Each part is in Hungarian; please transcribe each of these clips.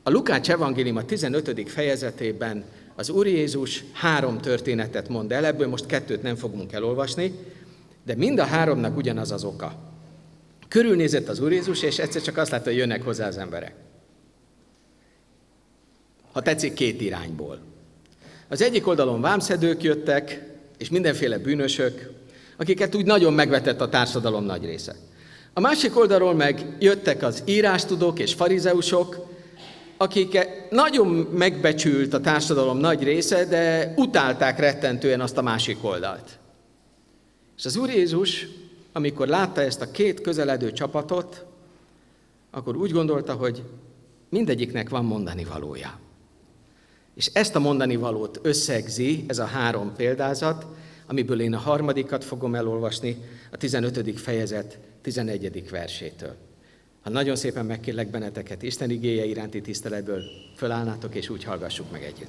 A Lukács evangélium a 15. fejezetében az Úr Jézus 3 történetet mond el, ebből most 2 nem fogunk elolvasni, de mind a 3-nak ugyanaz az oka. Körülnézett az Úr Jézus, és egyszer csak azt látta, hogy jönnek hozzá az emberek. Ha tetszik, 2 irányból. Az egyik oldalon vámszedők jöttek, és mindenféle bűnösök, akiket úgy nagyon megvetett a társadalom nagy része. A másik oldalról meg jöttek az írástudók és farizeusok, akik nagyon megbecsült a társadalom nagy része, de utálták rettentően azt a másik oldalt. És az Úr Jézus, amikor látta ezt a 2 közeledő csapatot, akkor úgy gondolta, hogy mindegyiknek van mondani valója. És ezt a mondani valót összegzi ez a 3 példázat, amiből én a 3. fogom elolvasni, a 15. fejezet 11. versétől. Ha nagyon szépen megkérlek benneteket, Isten igéje iránti tiszteletből fölállnátok, és úgy hallgassuk meg együtt.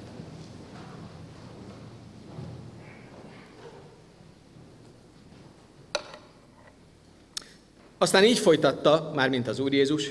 Aztán így folytatta, mármint az Úr Jézus,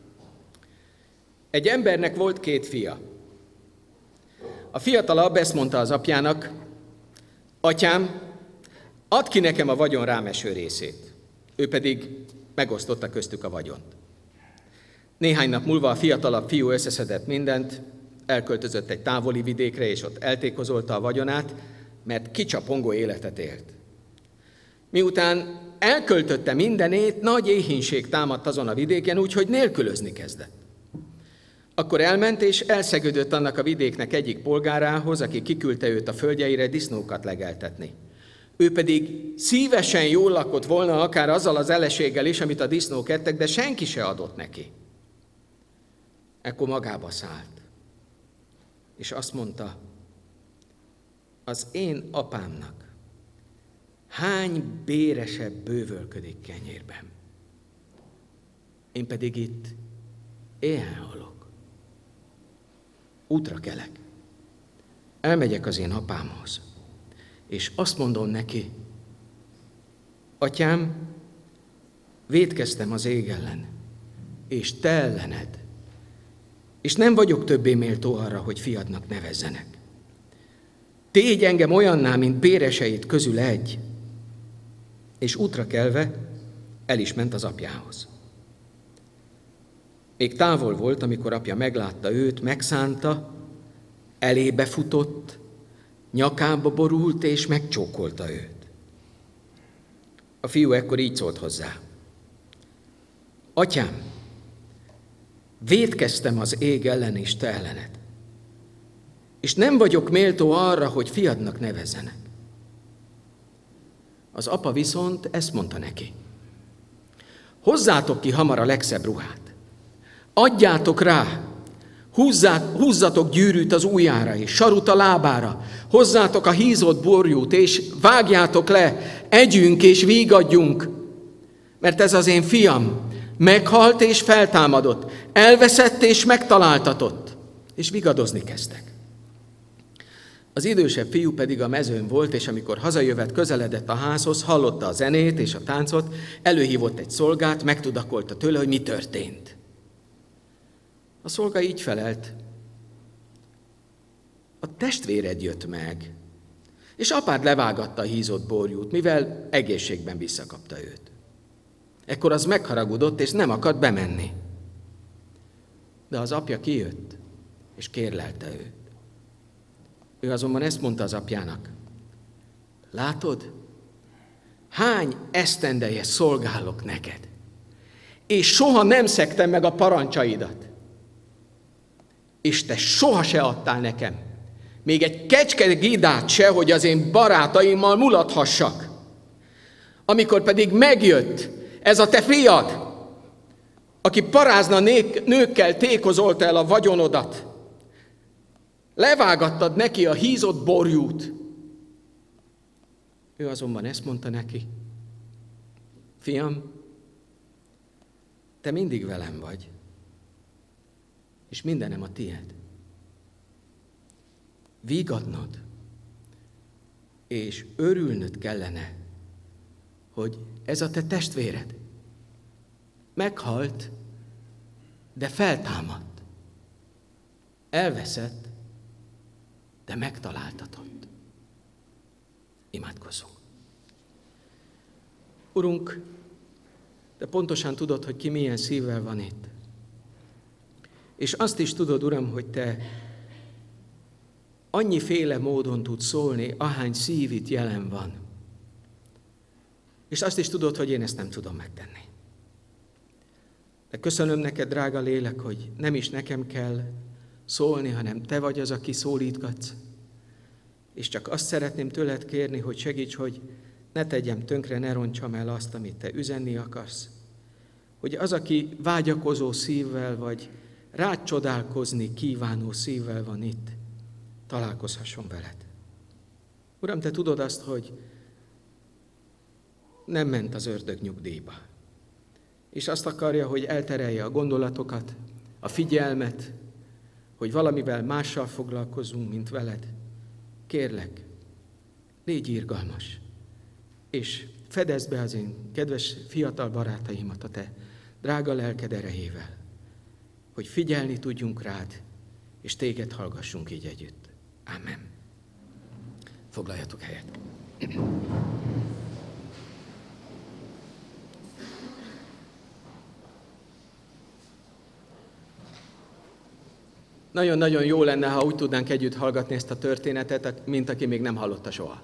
egy embernek volt 2 fia. A fiatalabb ezt mondta az apjának, atyám, add ki nekem a vagyon rám eső részét. Ő pedig megosztotta köztük a vagyont. Néhány nap múlva a fiatalabb fiú összeszedett mindent, elköltözött egy távoli vidékre, és ott eltékozolta a vagyonát, mert kicsapongó életet élt. Miután elköltötte mindenét, nagy éhínség támadt azon a vidéken, úgyhogy nélkülözni kezdett. Akkor elment, és elszegődött annak a vidéknek egyik polgárához, aki kiküldte őt a földjeire disznókat legeltetni. Ő pedig szívesen jól lakott volna, akár azzal az eleséggel is, amit a disznók ettek, de senki se adott neki. Ekkor magába szállt, és azt mondta, az én apámnak hány béresebb bővölködik kenyérben. Én pedig itt éhen halok. Útra kelek. Elmegyek az én apámhoz, és azt mondom neki, atyám, vétkeztem az ég ellen, és te ellened, és nem vagyok többé méltó arra, hogy fiadnak nevezzenek. Tégy engem olyanná, mint béreseit közül egy. És útra kelve el is ment az apjához. Még távol volt, amikor apja meglátta őt, megszánta, elébe futott, nyakába borult és megcsókolta őt. A fiú ekkor így szólt hozzá. Atyám, vétkeztem az ég ellen és te ellened, és nem vagyok méltó arra, hogy fiadnak nevezzenek. Az apa viszont ezt mondta neki. Hozzátok ki hamar a legszebb ruhát, adjátok rá, húzzatok gyűrűt az ujjára és sarut a lábára, hozzátok a hízott borjút és vágjátok le, együnk és vígadjunk, mert ez az én fiam, meghalt és feltámadott, elveszett és megtaláltatott, és vigadozni kezdtek. Az idősebb fiú pedig a mezőn volt, és amikor hazajövet, közeledett a házhoz, hallotta a zenét és a táncot, előhívott egy szolgát, megtudakolta tőle, hogy mi történt. A szolga így felelt, a testvéred jött meg, és apád levágatta a hízott borjút, mivel egészségben visszakapta őt. Ekkor az megharagudott, és nem akart bemenni. De az apja kijött, és kérlelte őt. Ő azonban ezt mondta az apjának. Látod, hány esztendeje szolgálok neked, és soha nem szegtem meg a parancsaidat. És te soha se adtál nekem még egy kecskegidát se, hogy az én barátaimmal mulathassak. Amikor pedig megjött ez a te fiad, aki parázna nőkkel tékozolta el a vagyonodat, levágattad neki a hízott borjút. Ő azonban ezt mondta neki, fiam, te mindig velem vagy, és mindenem a tied. Vígadnod, és örülnöd kellene, hogy ez a te testvéred meghalt, de feltámadt. elveszett, de megtaláltatott. Imádkozzunk. Urunk, de pontosan tudod, hogy ki milyen szívvel van itt. És azt is tudod, Uram, hogy Te annyiféle módon tudsz szólni, ahány szív itt jelen van. És azt is tudod, hogy én ezt nem tudom megtenni. De köszönöm neked, drága lélek, hogy nem is nekem kell szólni, hanem Te vagy az, aki szólítgatsz. És csak azt szeretném tőled kérni, hogy segíts, hogy ne tegyem tönkre, ne rontsam el azt, amit Te üzenni akarsz. Hogy az, aki vágyakozó szívvel, vagy rád csodálkozni kívánó szívvel van itt, találkozhasson veled. Uram, Te tudod azt, hogy nem ment az ördög nyugdíjba. És azt akarja, hogy elterelje a gondolatokat, a figyelmet, hogy valamivel mással foglalkozunk, mint veled. Kérlek, légy irgalmas, és fedezd be az én kedves fiatal barátaimat a Te drága lelked erejével, hogy figyelni tudjunk rád, és Téged hallgassunk így együtt. Amen. Foglaljatok helyet. Nagyon-nagyon jó lenne, ha úgy tudnánk együtt hallgatni ezt a történetet, mint aki még nem hallotta soha.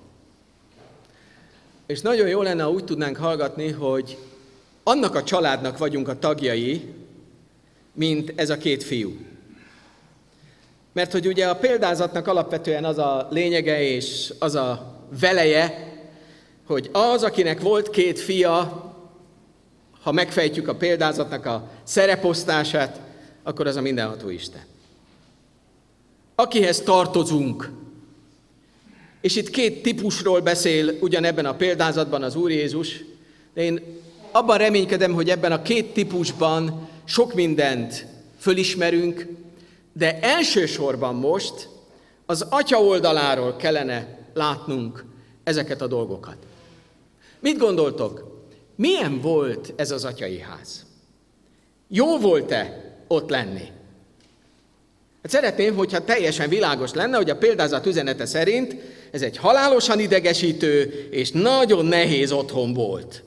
És nagyon jó lenne, ha úgy tudnánk hallgatni, hogy annak a családnak vagyunk a tagjai, mint ez a két fiú. Mert hogy ugye a példázatnak alapvetően az a lényege és az a veleje, hogy az, akinek volt két fia, ha megfejtjük a példázatnak a szereposztását, akkor az a mindenható Isten. Akihez tartozunk. És itt két típusról beszél ugyanebben a példázatban az Úr Jézus, de én abban reménykedem, hogy ebben a két típusban sok mindent fölismerünk, de elsősorban most az Atya oldaláról kellene látnunk ezeket a dolgokat. Mit gondoltok? Milyen volt ez az atyai ház? Jó volt-e ott lenni? Hát szeretném, hogyha teljesen világos lenne, hogy a példázat üzenete szerint ez egy halálosan idegesítő és nagyon nehéz otthon volt.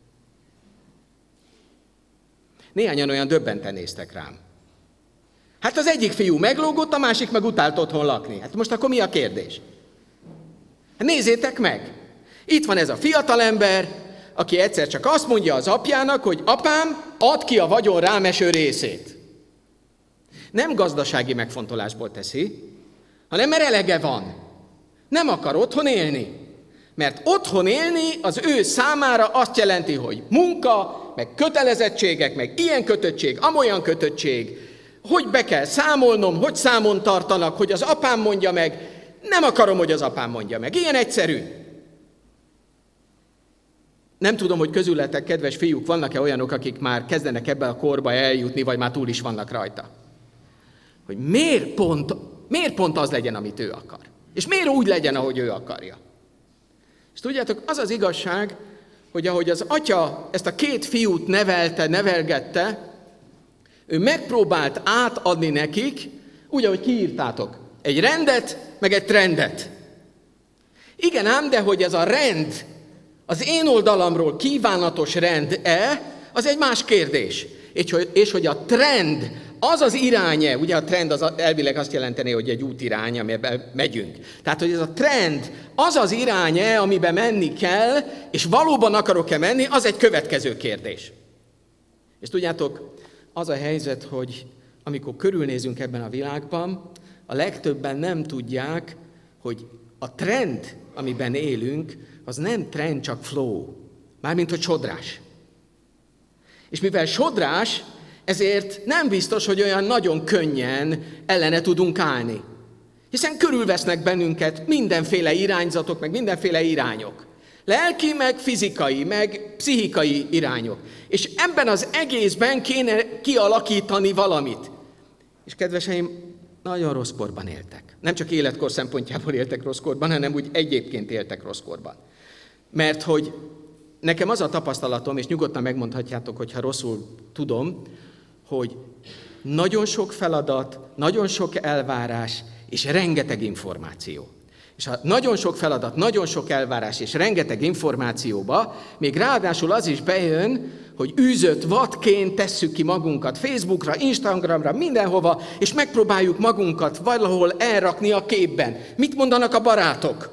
Néhányan olyan döbbenten néztek rám. Hát az egyik fiú meglógott, a másik meg utált otthon lakni. Hát most akkor mi a kérdés? Hát nézzétek meg! Itt van ez a fiatalember, aki egyszer csak azt mondja az apjának, hogy apám, add ki a vagyon rám eső részét. Nem gazdasági megfontolásból teszi, hanem mert elege van. Nem akar otthon élni. Mert otthon élni az ő számára azt jelenti, hogy munka, meg kötelezettségek, meg ilyen kötöttség, amolyan kötöttség, hogy be kell számolnom, hogy számon tartanak, hogy az apám mondja meg. Nem akarom, hogy az apám mondja meg. Ilyen egyszerű. Nem tudom, hogy közületek, kedves fiúk, vannak-e olyanok, akik már kezdenek ebbe a korba eljutni, vagy már túl is vannak rajta. Hogy miért pont az legyen, amit ő akar. És miért úgy legyen, ahogy ő akarja. És tudjátok, az az igazság, hogy ahogy az atya ezt a két fiút nevelgette, ő megpróbált átadni nekik, úgy, ahogy kiírtátok, egy rendet, meg egy trendet. Igen ám, de hogy ez a rend, az én oldalamról kívánatos rend-e, az egy más kérdés. És hogy a trend, az az iránye, ugye a trend az elvileg azt jelenteni, hogy egy útirány, amiben megyünk. Tehát, hogy ez a trend, az az iránye, amiben menni kell, és valóban akarok-e menni, az egy következő kérdés. És tudjátok, az a helyzet, hogy amikor körülnézünk ebben a világban, a legtöbben nem tudják, hogy a trend, amiben élünk, az nem trend, csak flow. Mármint, hogy sodrás. És mivel sodrás, ezért nem biztos, hogy olyan nagyon könnyen ellene tudunk állni. Hiszen körülvesznek bennünket mindenféle irányzatok, meg mindenféle irányok. Lelki, meg fizikai, meg pszichikai irányok. És ebben az egészben kéne kialakítani valamit. És kedveseim, nagyon rossz korban éltek. Nem csak életkor szempontjából éltek rossz korban, hanem úgy egyébként éltek rossz korban. Mert hogy nekem az a tapasztalatom, és nyugodtan megmondhatjátok, hogyha rosszul tudom, hogy nagyon sok feladat, nagyon sok elvárás és rengeteg információ. És a nagyon sok feladat, nagyon sok elvárás és rengeteg információba még ráadásul az is bejön, hogy űzött vadként tesszük ki magunkat Facebookra, Instagramra, mindenhova, és megpróbáljuk magunkat valahol elrakni a képben. Mit mondanak a barátok?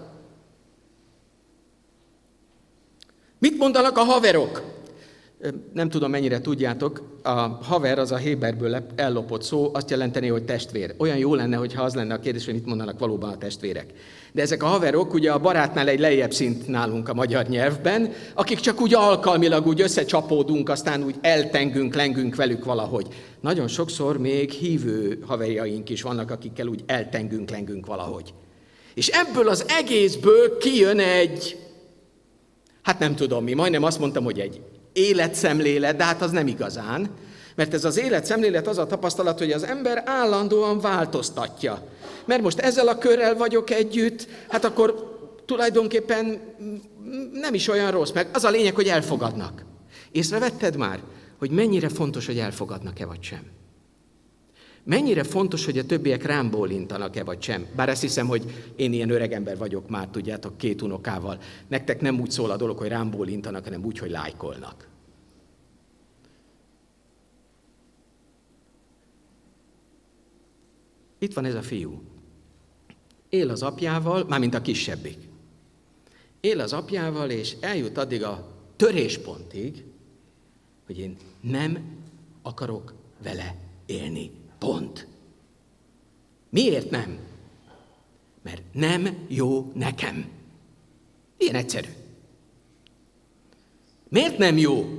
Mit mondanak a haverok? Nem tudom, mennyire tudjátok, a haver az a héberből ellopott szó, azt jelenteni, hogy testvér. Olyan jó lenne, hogyha az lenne a kérdés, hogy mit mondanak valóban a testvérek. De ezek a haverok ugye a barátnál egy lejjebb szint nálunk a magyar nyelvben, akik csak úgy alkalmilag úgy összecsapódunk, aztán úgy eltengünk, lengünk velük valahogy. Nagyon sokszor még hívő haverjaink is vannak, akikkel úgy eltengünk, lengünk valahogy. És ebből az egészből kijön egy, hát nem tudom mi, majdnem azt mondtam, hogy egy életszemlélet, de hát az nem igazán, mert ez az életszemlélet az a tapasztalat, hogy az ember állandóan változtatja. Mert most ezzel a körrel vagyok együtt, hát akkor tulajdonképpen nem is olyan rossz, meg az a lényeg, hogy elfogadnak. Észrevetted már, hogy mennyire fontos, hogy elfogadnak-e vagy sem? Mennyire fontos, hogy a többiek rám bólintanak-e vagy sem? Bár azt hiszem, hogy én ilyen öreg ember vagyok már, tudjátok, 2 unokával. Nektek nem úgy szól a dolog, hogy rám bólintanak, hanem úgy, hogy lájkolnak. Itt van ez a fiú. Él az apjával, mármint a kisebbik. Él az apjával, és eljut addig a töréspontig, hogy én nem akarok vele élni. Pont. Miért nem? Mert nem jó nekem. Ilyen egyszerű. Miért nem jó?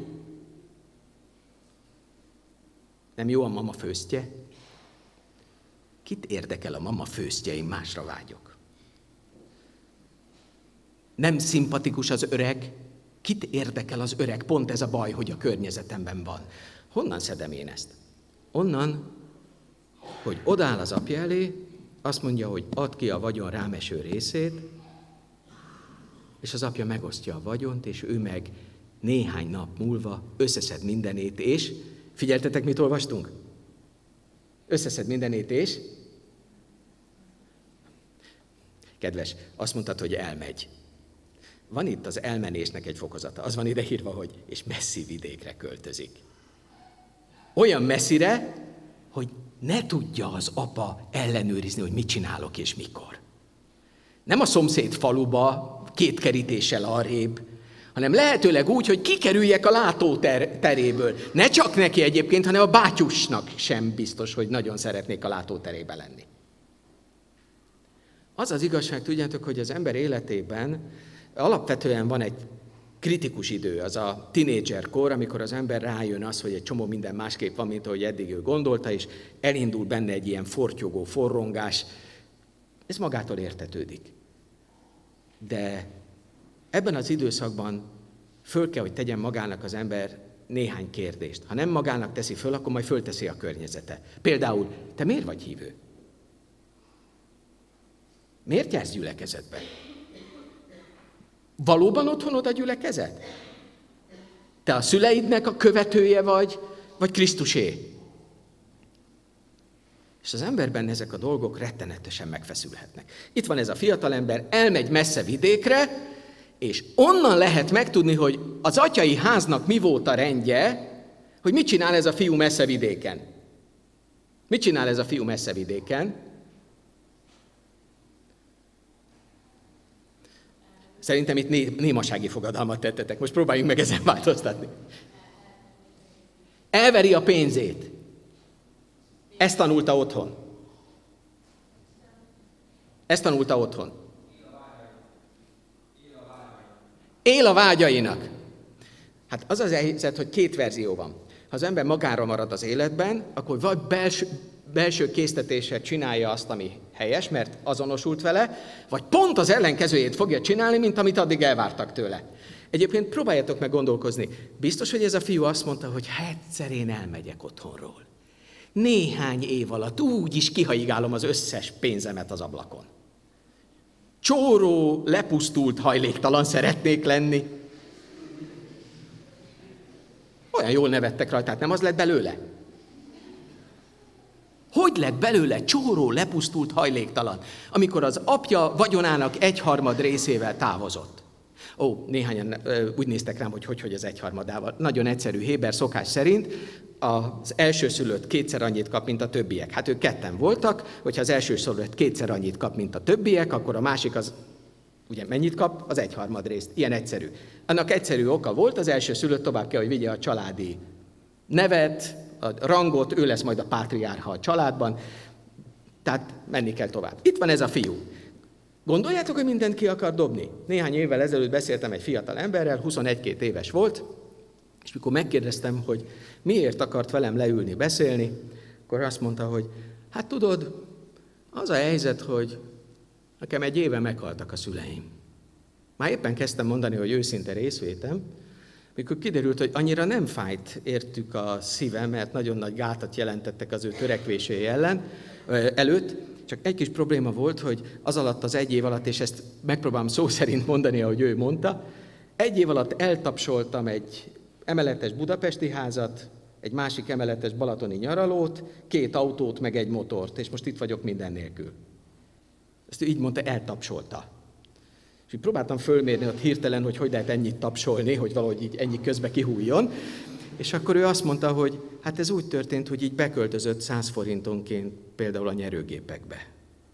Nem jó a mama főztje? Kit érdekel a mama főztje, én másra vágyok. Nem szimpatikus az öreg? Kit érdekel az öreg? Pont ez a baj, hogy a környezetemben van. Honnan szedem én ezt? Onnan, hogy odáll az apja elé, azt mondja, hogy add ki a vagyon rámeső részét, és az apja megosztja a vagyont, és ő meg néhány nap múlva összeszed mindenét, és figyeltetek, mit olvastunk? Összeszed mindenét, és kedves, azt mondtad, hogy elmegy. Van itt az elmenésnek egy fokozata. Az van ideírva, hogy és messzi vidékre költözik. Olyan messzire, hogy ne tudja az apa ellenőrizni, hogy mit csinálok és mikor. Nem a szomszéd faluba, 2 kerítéssel arrébb, hanem lehetőleg úgy, hogy kikerüljek a látóteréből. Ne csak neki egyébként, hanem a bátyusnak sem biztos, hogy nagyon szeretnék a látóterébe lenni. Az az igazság, tudjátok, hogy az ember életében alapvetően van egy kritikus idő, az a tinédzserkor, amikor az ember rájön az, hogy egy csomó minden másképp van, mint ahogy eddig ő gondolta, és elindul benne egy ilyen fortyogó forrongás. Ez magától értetődik. De ebben az időszakban föl kell, hogy tegyen magának az ember néhány kérdést. Ha nem magának teszi föl, akkor majd fölteszi a környezete. Például, te miért vagy hívő? Miért jársz gyülekezetbe? Valóban otthonod a gyülekezet? Te a szüleidnek a követője vagy Krisztusé? És az emberben ezek a dolgok rettenetesen megfeszülhetnek. Itt van ez a fiatalember, elmegy messze vidékre, és onnan lehet megtudni, hogy az atyai háznak mi volt a rendje, hogy mit csinál ez a fiú messze vidéken. Mit csinál ez a fiú messze vidéken? Szerintem itt némasági fogadalmat tettetek. Most próbáljunk meg ezen változtatni. Elveri a pénzét. Ezt tanulta otthon. Ezt tanulta otthon. Él a vágyainak. Hát az az helyzet, hogy 2 verzió van. Ha az ember magára marad az életben, akkor vagy belső késztetéssel csinálja azt, ami helyes, mert azonosult vele, vagy pont az ellenkezőjét fogja csinálni, mint amit addig elvártak tőle. Egyébként próbáljátok meg gondolkozni. Biztos, hogy ez a fiú azt mondta, hogy egyszer én elmegyek otthonról. Néhány év alatt úgy is kihaigálom az összes pénzemet az ablakon. Csóró, lepusztult, hajléktalan szeretnék lenni. Olyan jól nevettek rajta, hát nem az lett belőle? Hogy lett belőle csóró, lepusztult, hajléktalan, amikor az apja vagyonának 1/3 részével távozott? Néhányan úgy néztek rám, hogy az 1/3. Nagyon egyszerű, héber szokás szerint az elsőszülött 2-szer annyit kap, mint a többiek. Hát ők 2-en voltak, hogyha az elsőszülött 2-szer annyit kap, mint a többiek, akkor a másik az ugye mennyit kap? Az 1/3 részt. Ilyen egyszerű. Annak egyszerű oka volt, az elsőszülött tovább kell, hogy vigye a családi nevet, a rangot, ő lesz majd a pátriárha a családban, tehát menni kell tovább. Itt van ez a fiú. Gondoljátok, hogy mindent ki akar dobni? Néhány évvel ezelőtt beszéltem egy fiatal emberrel, 21-22 éves volt, és mikor megkérdeztem, hogy miért akart velem leülni, beszélni, akkor azt mondta, hogy hát tudod, az a helyzet, hogy nekem 1 éve meghaltak a szüleim. Már éppen kezdtem mondani, hogy őszinte részvétem, mikor kiderült, hogy annyira nem fájt értük a szívem, mert nagyon nagy gátat jelentettek az ő törekvései előtt, csak egy kis probléma volt, hogy az alatt az 1 év alatt, és ezt megpróbálom szó szerint mondani, ahogy ő mondta, 1 év alatt eltapsoltam egy emeletes budapesti házat, egy másik emeletes balatoni nyaralót, 2 autót, meg egy motort, és most itt vagyok minden nélkül. Ezt így mondta, eltapsolta. És így próbáltam fölmérni ott hirtelen, hogy lehet ennyit tapsolni, hogy valahogy így ennyi közbe kihújjon. És akkor ő azt mondta, hogy hát ez úgy történt, hogy így beköltözött 100 forintonként például a nyerőgépekbe.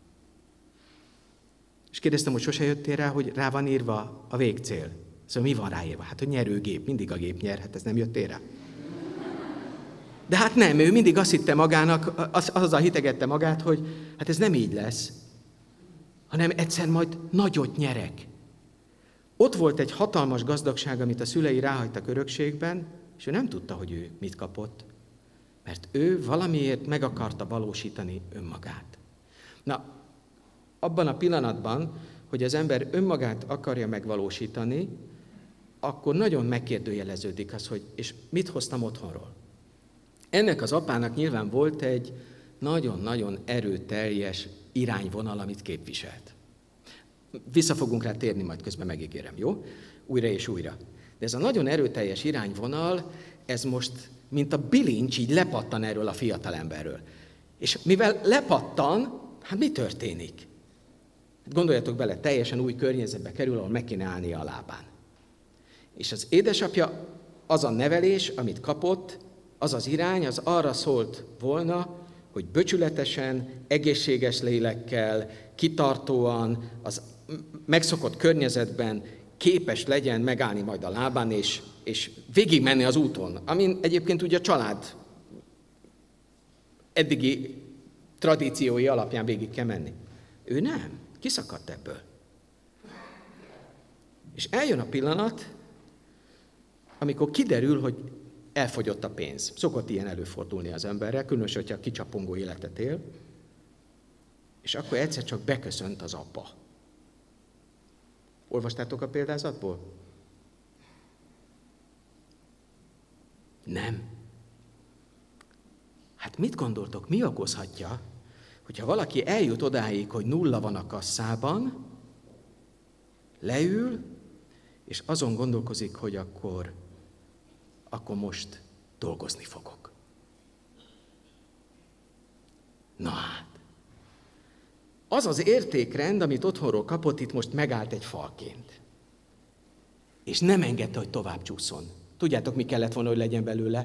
És kérdeztem, hogy sose jöttél rá, hogy rá van írva a végcél. Szóval mi van ráírva? Hát, hogy nyerőgép, mindig a gép nyer, hát ez nem jöttél rá. De hát nem, ő mindig azt hitte magának, azzal hitegette magát, hogy hát ez nem így lesz, hanem egyszer majd nagyot nyerek. Ott volt egy hatalmas gazdagság, amit a szülei ráhagytak örökségben, és ő nem tudta, hogy ő mit kapott, mert ő valamiért meg akarta valósítani önmagát. Na, abban a pillanatban, hogy az ember önmagát akarja megvalósítani, akkor nagyon megkérdőjeleződik az, hogy és mit hoztam otthonról. Ennek az apának nyilván volt egy nagyon-nagyon erőteljes irányvonal, amit képviselt. Vissza fogunk rá térni, majd közben megígérem, jó? Újra és újra. De ez a nagyon erőteljes irányvonal, ez most, mint a bilincs, így lepattan erről a fiatalemberről. És mivel lepattan, hát mi történik? Hát gondoljatok bele, teljesen új környezetbe kerül, ahol meg kéne állnia a lábán. És az édesapja, az a nevelés, amit kapott, az az irány, az arra szólt volna, hogy becsületesen, egészséges lélekkel, kitartóan, az megszokott környezetben képes legyen megállni majd a lábán, és végigmenni az úton, amin egyébként ugye a család eddigi tradíciói alapján végig kell menni. Ő nem, kiszakadt ebből. És eljön a pillanat, amikor kiderül, hogy elfogyott a pénz. Szokott ilyen előfordulni az emberrel, különösen, hogyha kicsapongó életet él, és akkor egyszer csak beköszönt az apa. Olvastátok a példázatból? Nem. Hát mit gondoltok, mi okozhatja, hogyha valaki eljut odáig, hogy 0 van a kasszában, leül, és azon gondolkozik, hogy akkor most dolgozni fogok. Na hát, az az értékrend, amit otthonról kapott, itt most megállt egy falként. És nem engedte, hogy tovább csúszson. Tudjátok, mi kellett volna, hogy legyen belőle?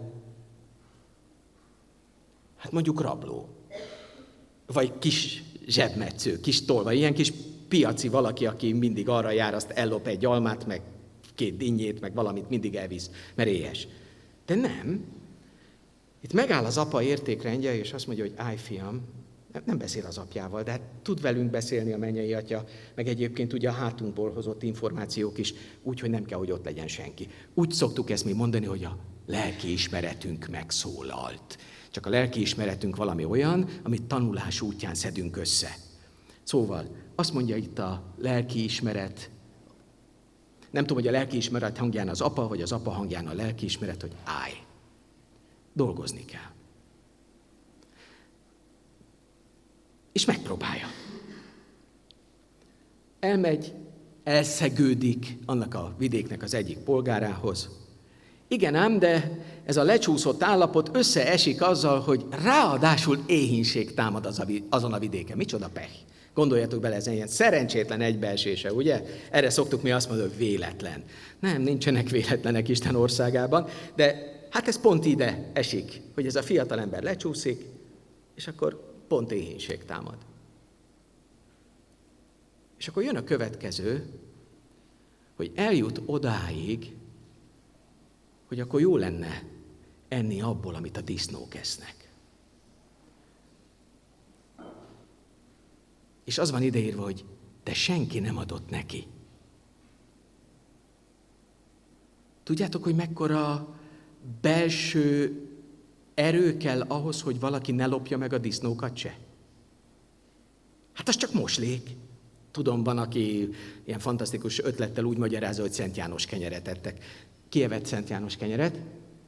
Hát mondjuk rabló. Vagy kis zsebmetsző, kis tolva, ilyen kis piaci valaki, aki mindig arra jár, azt ellop egy almát, meg 2 dinnyét, meg valamit mindig elvisz, mert éhes. De nem. Itt megáll az apa értékrendje, és azt mondja, hogy állj, fiam, nem beszél az apjával, de hát tud velünk beszélni a mennyei atya, meg egyébként ugye a hátunkból hozott információk is, úgy, hogy nem kell, hogy ott legyen senki. Úgy szoktuk ezt mi mondani, hogy a lelkiismeretünk megszólalt. Csak a lelkiismeretünk valami olyan, amit tanulás útján szedünk össze. Szóval azt mondja itt a lelkiismeret, nem tudom, hogy a lelkiismeret hangján az apa, vagy az apa hangján a lelkiismeret, hogy állj, dolgozni kell. És megpróbálja. Elmegy, elszegődik annak a vidéknek az egyik polgárához, Igen ám, de ez a lecsúszott állapot összeesik azzal, hogy ráadásul éhínség támad azon a vidéken. Micsoda pech! Gondoljatok bele, ez ilyen szerencsétlen egybeesése, ugye? Erre szoktuk mi azt mondani, hogy véletlen. Nem, nincsenek véletlenek Isten országában, de hát ez pont ide esik, hogy ez a fiatal ember lecsúszik, és akkor pont éhínség támad. És akkor jön a következő, hogy eljut odáig, hogy akkor jó lenne enni abból, amit a disznók esznek. És az van ideírva, hogy de senki nem adott neki. Tudjátok, hogy mekkora belső erő kell ahhoz, hogy valaki ne lopja meg a disznókat se? Hát az csak moslék. Tudom, van, aki ilyen fantasztikus ötlettel úgy magyarázza, hogy Szent János kenyeret ettek. Ki evett Szent János kenyeret?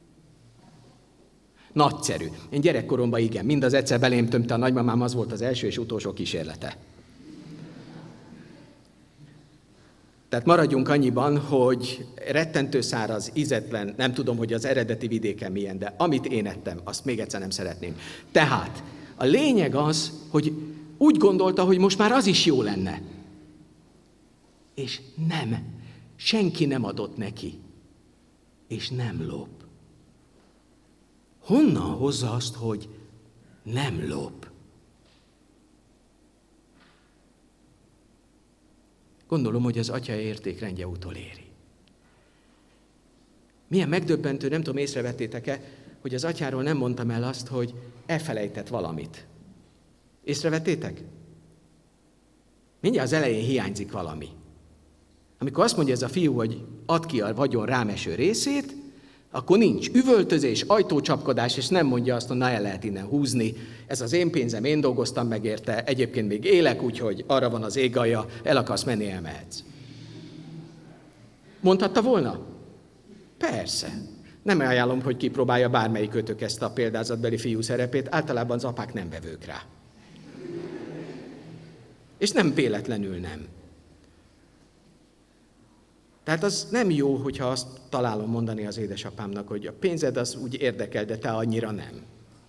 Nagyszerű. Én gyerekkoromban igen, mind az egyszer belém tömte a nagymamám, az volt az első és utolsó kísérlete. Tehát maradjunk annyiban, hogy rettentő száraz, ízetlen, nem tudom, hogy az eredeti vidéken milyen, de amit én ettem, azt még egyszer nem szeretném. Tehát a lényeg az, hogy úgy gondolta, hogy most már az is jó lenne. És nem. Senki nem adott neki. És nem lop. Honnan hozza azt, hogy nem lop? Gondolom, hogy az atya értékrendje utoléri. Milyen megdöbbentő, nem tudom, észrevettétek-e, hogy az atyáról nem mondtam el azt, hogy elfelejtett valamit. Észrevettétek? Mindjárt az elején hiányzik valami. Amikor azt mondja ez a fiú, hogy add ki a vagyon rámeső részét, akkor nincs üvöltözés, ajtócsapkodás, és nem mondja azt, hogy na, el lehet innen húzni. Ez az én pénzem, én dolgoztam meg érte, egyébként még élek, úgyhogy arra van az ég alja, el akarsz menni, elmehetsz. Mondhatta volna? Persze. Nem ajánlom, hogy kipróbálja bármelyikőtök ezt a példázatbeli fiú szerepét, általában az apák nem vevők rá. És nem véletlenül nem. Tehát az nem jó, hogyha azt találom mondani az édesapámnak, hogy a pénzed az úgy érdekel, de te annyira nem.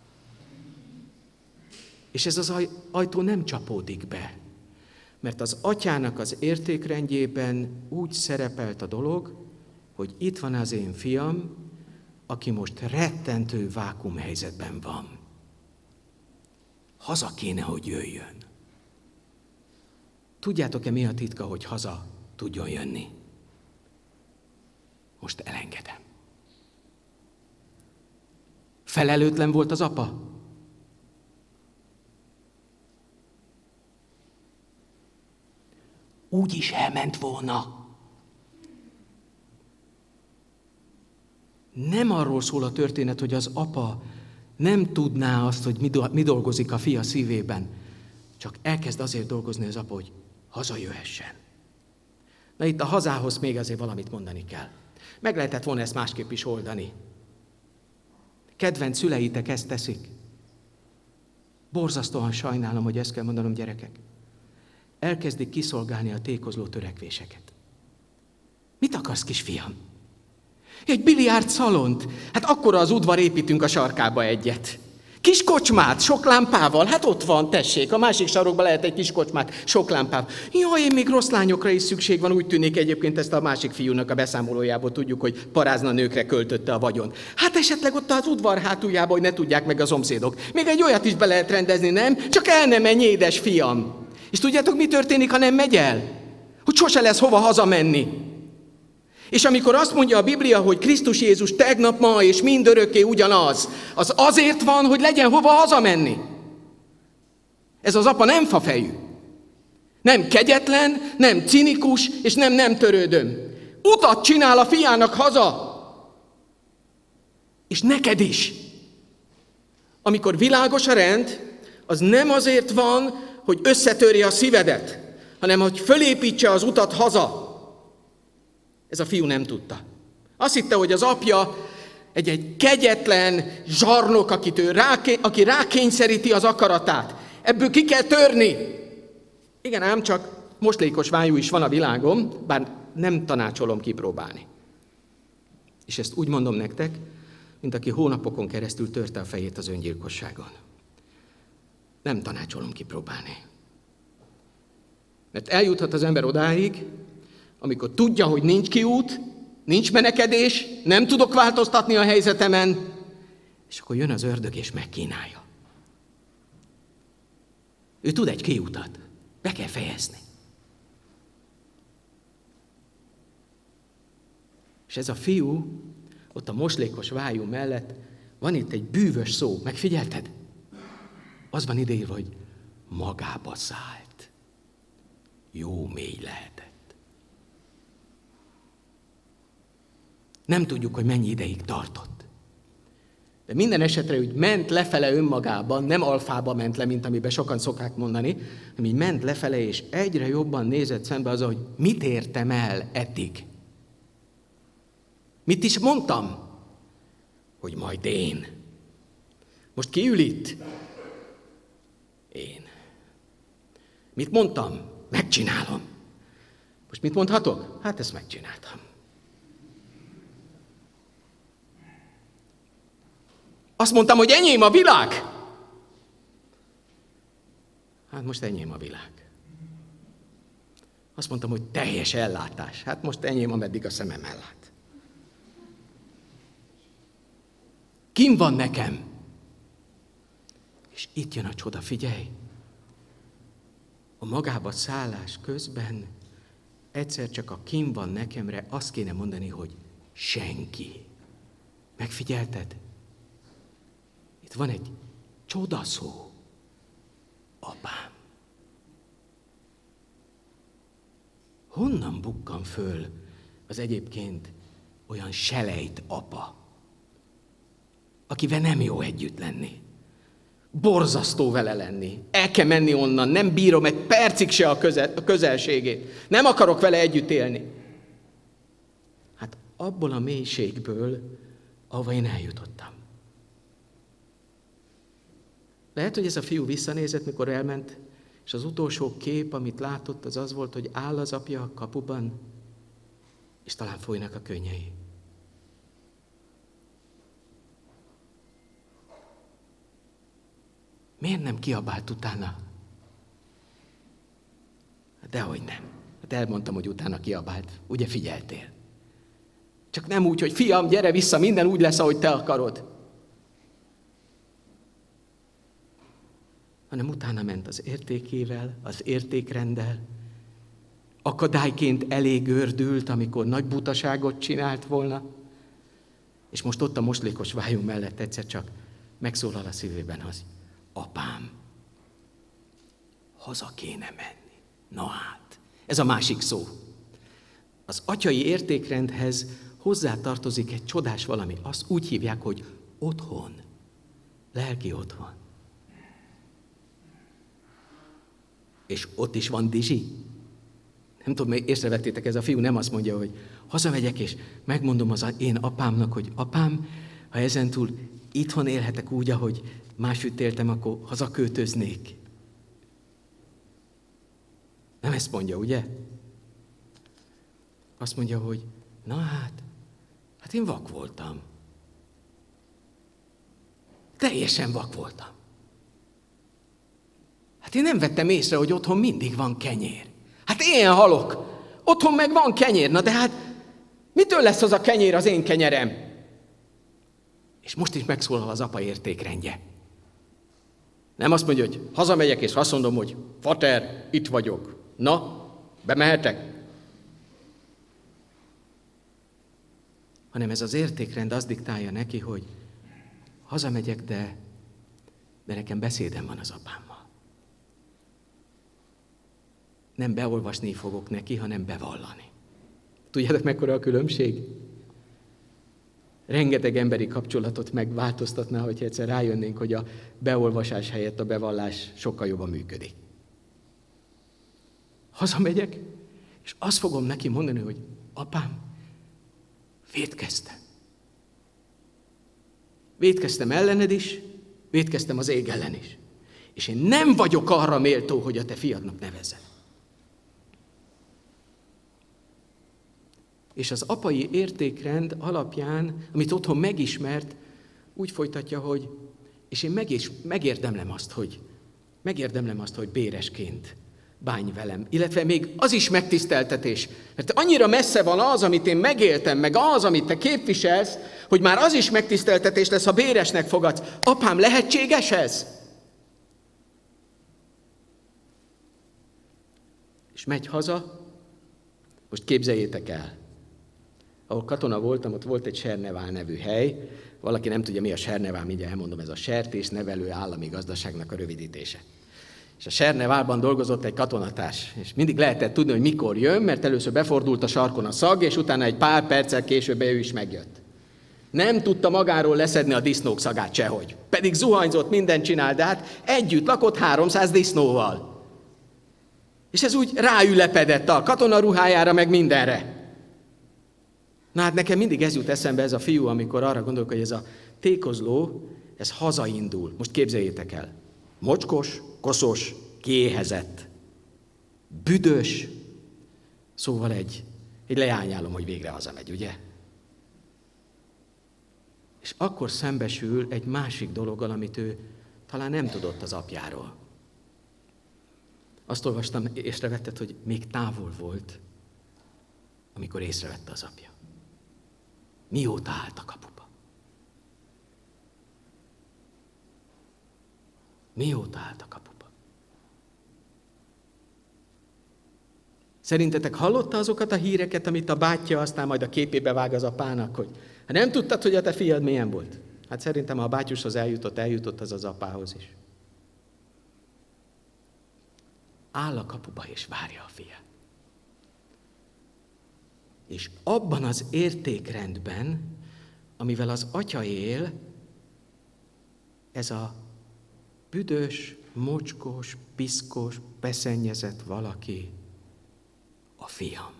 És ez az ajtó nem csapódik be, mert az atyának az értékrendjében úgy szerepelt a dolog, hogy itt van az én fiam, aki most rettentő vákuumhelyzetben van. Haza kéne, hogy jöjjön. Tudjátok-e, mi a titka, hogy haza tudjon jönni? Most elengedem. Felelőtlen volt az apa? Úgy is elment volna. Nem arról szól a történet, hogy az apa nem tudná azt, hogy mi dolgozik a fia szívében. Csak elkezd azért dolgozni az apa, hogy hazajöhessen. Na itt a hazához még azért valamit mondani kell. Meg lehetett volna ezt másképp is oldani. Kedvenc szüleitek ezt teszik. Borzasztóan sajnálom, hogy ezt kell mondanom, gyerekek. Elkezdik kiszolgálni a tékozló törekvéseket. Mit akarsz, kisfiam? Egy biliárd szalont. Hát akkora az udvar, építünk a sarkába egyet. Kis kocsmát, sok lámpával, hát ott van, tessék, a másik sarokban lehet egy kis kocsmát, sok lámpával. Jaj, én még rossz lányokra is szükség van, úgy tűnik egyébként, ezt a másik fiúnak a beszámolójából tudjuk, hogy parázna nőkre költötte a vagyon. Hát esetleg ott az udvar hátuljában, hogy ne tudják meg a szomszédok. Még egy olyat is be lehet rendezni, nem? Csak el nem menj, édes fiam. És tudjátok, mi történik, ha nem megy el? Hogy sose lesz hova hazamenni. És amikor azt mondja a Biblia, hogy Krisztus Jézus tegnap, ma és mindörökké ugyanaz, az azért van, hogy legyen hova hazamenni. Ez az apa nem fafejű. Nem kegyetlen, nem cinikus, és nem törődöm. Utat csinál a fiának haza. És neked is. Amikor világos a rend, az nem azért van, hogy összetörje a szívedet, hanem hogy fölépítse az utat haza. Ez a fiú nem tudta. Azt hitte, hogy az apja egy kegyetlen zsarnok, aki rákényszeríti az akaratát. Ebből ki kell törni. Igen, ám csak moslékos vájú is van a világon, bár nem tanácsolom kipróbálni. És ezt úgy mondom nektek, mint aki hónapokon keresztül törte a fejét az öngyilkosságon. Nem tanácsolom kipróbálni. Mert eljuthat az ember odáig, amikor tudja, hogy nincs kiút, nincs menekedés, nem tudok változtatni a helyzetemen, és akkor jön az ördög és megkínálja. Ő tud egy kiutat, be kell fejezni. És ez a fiú, ott a moslékos vájú mellett, van itt egy bűvös szó, megfigyelted? Az van ideírva, hogy magába szállt. Jó mély lehetett. Nem tudjuk, hogy mennyi ideig tartott. De minden esetre úgy ment lefele önmagában, nem alfába ment le, mint amiben sokan szokták mondani, hanem így ment lefele, és egyre jobban nézett szembe azzal, hogy mit értem el eddig. Mit is mondtam? Hogy majd én. Most ki ül itt? Én. Mit mondtam? Megcsinálom. Most mit mondhatok? Hát ezt megcsináltam. Azt mondtam, hogy enyém a világ. Hát most enyém a világ. Azt mondtam, hogy teljes ellátás. Hát most enyém, ameddig a szemem ellát. Kim van nekem? És itt jön a csoda, figyelj! A magába szállás közben egyszer csak a kim van nekemre azt kéne mondani, hogy senki. Megfigyelted? Itt van egy csodaszó. Apám. Honnan bukkan föl az egyébként olyan selejt apa, akivel nem jó együtt lenni? Borzasztó vele lenni. El kell menni onnan, nem bírom egy percig se a közelségét. Nem akarok vele együtt élni. Hát abból a mélységből, ahova én eljutottam. Lehet, hogy ez a fiú visszanézett, mikor elment, és az utolsó kép, amit látott, az az volt, hogy áll az apja a kapuban, és talán folynak a könnyei. Miért nem kiabált utána? Dehogy nem. Hát elmondtam, hogy utána kiabált. Ugye figyeltél? Csak nem úgy, hogy fiam, gyere vissza, minden úgy lesz, ahogy te akarod. Hanem utána ment az értékével, az értékrenddel. Akadályként elé gördült, amikor nagy butaságot csinált volna. És most ott a moslékos vájú mellett egyszer csak megszólal a szívében az: apám, haza kéne menni. Na hát, ez a másik szó. Az atyai értékrendhez hozzátartozik egy csodás valami. Azt úgy hívják, hogy otthon. Lelki otthon. És ott is van Dizsi. Nem tudom, észrevettétek, ez a fiú nem azt mondja, hogy hazamegyek, és megmondom az én apámnak, hogy apám, ha ezentúl itthon élhetek úgy, ahogy másütt éltem, akkor hazaköltöznék. Nem ezt mondja, ugye? Azt mondja, hogy na hát én vak voltam. Teljesen vak voltam. Hát én nem vettem észre, hogy otthon mindig van kenyér. Hát én halok. Otthon meg van kenyér. Na de hát mitől lesz az a kenyér az én kenyerem? És most is megszólal az apa értékrendje. Nem azt mondja, hogy hazamegyek, és azt mondom, hogy Fater, itt vagyok. Na, bemehetek? Hanem ez az értékrend azt diktálja neki, hogy hazamegyek, de nekem beszédem van az apámmal. Nem beolvasni fogok neki, hanem bevallani. Tudjátok, mekkora a különbség? Rengeteg emberi kapcsolatot megváltoztatná, hogyha egyszer rájönnénk, hogy a beolvasás helyett a bevallás sokkal jobban működik. Hazamegyek, és azt fogom neki mondani, hogy apám, vétkeztem. Vétkeztem ellened is, vétkeztem az ég ellen is. És én nem vagyok arra méltó, hogy a te fiadnak nevezzed. És az apai értékrend alapján, amit otthon megismert, úgy folytatja, hogy és én megérdemlem azt, hogy béresként bánj velem. Illetve még az is megtiszteltetés. Mert annyira messze van az, amit én megéltem, meg az, amit te képviselsz, hogy már az is megtiszteltetés lesz, ha béresnek fogadsz. Apám, lehetséges ez? És megy haza, most képzeljétek el. Ahol katona voltam, ott volt egy Sernevál nevű hely. Valaki nem tudja, mi a Sernevál, mindjárt elmondom, ez a sertésnevelő állami gazdaságnak a rövidítése. És a Serneválban dolgozott egy katonatárs, és mindig lehetett tudni, hogy mikor jön, mert először befordult a sarkon a szag, és utána egy pár perccel később ő is megjött. Nem tudta magáról leszedni a disznók szagát sehogy. Pedig zuhanyzott, mindent csinál, de hát együtt lakott 300 disznóval. És ez úgy ráülepedett a katonaruhájára, meg mindenre. Na hát nekem mindig ez jut eszembe, ez a fiú, amikor arra gondolok, hogy ez a tékozló, ez hazaindul. Most képzeljétek el. Mocskos, koszos, kiéhezett, büdös, szóval egy leányálom, hogy végre hazamegy, ugye? És akkor szembesül egy másik dologgal, amit ő talán nem tudott az apjáról. Azt olvastam, észrevetted, hogy még távol volt, amikor észrevette az apja. Mióta állt a kapuba? Mióta állt a kapuba? Szerintetek hallotta azokat a híreket, amit a bátyja aztán majd a képébe vág az apának, hogy hát nem tudtad, hogy a te fiad milyen volt? Hát szerintem, ha a bátyushoz eljutott az apához is. Áll a kapuba és várja a fiát. És abban az értékrendben, amivel az atya él, ez a büdös, mocskos, piszkos, beszennyezett valaki, a fiam.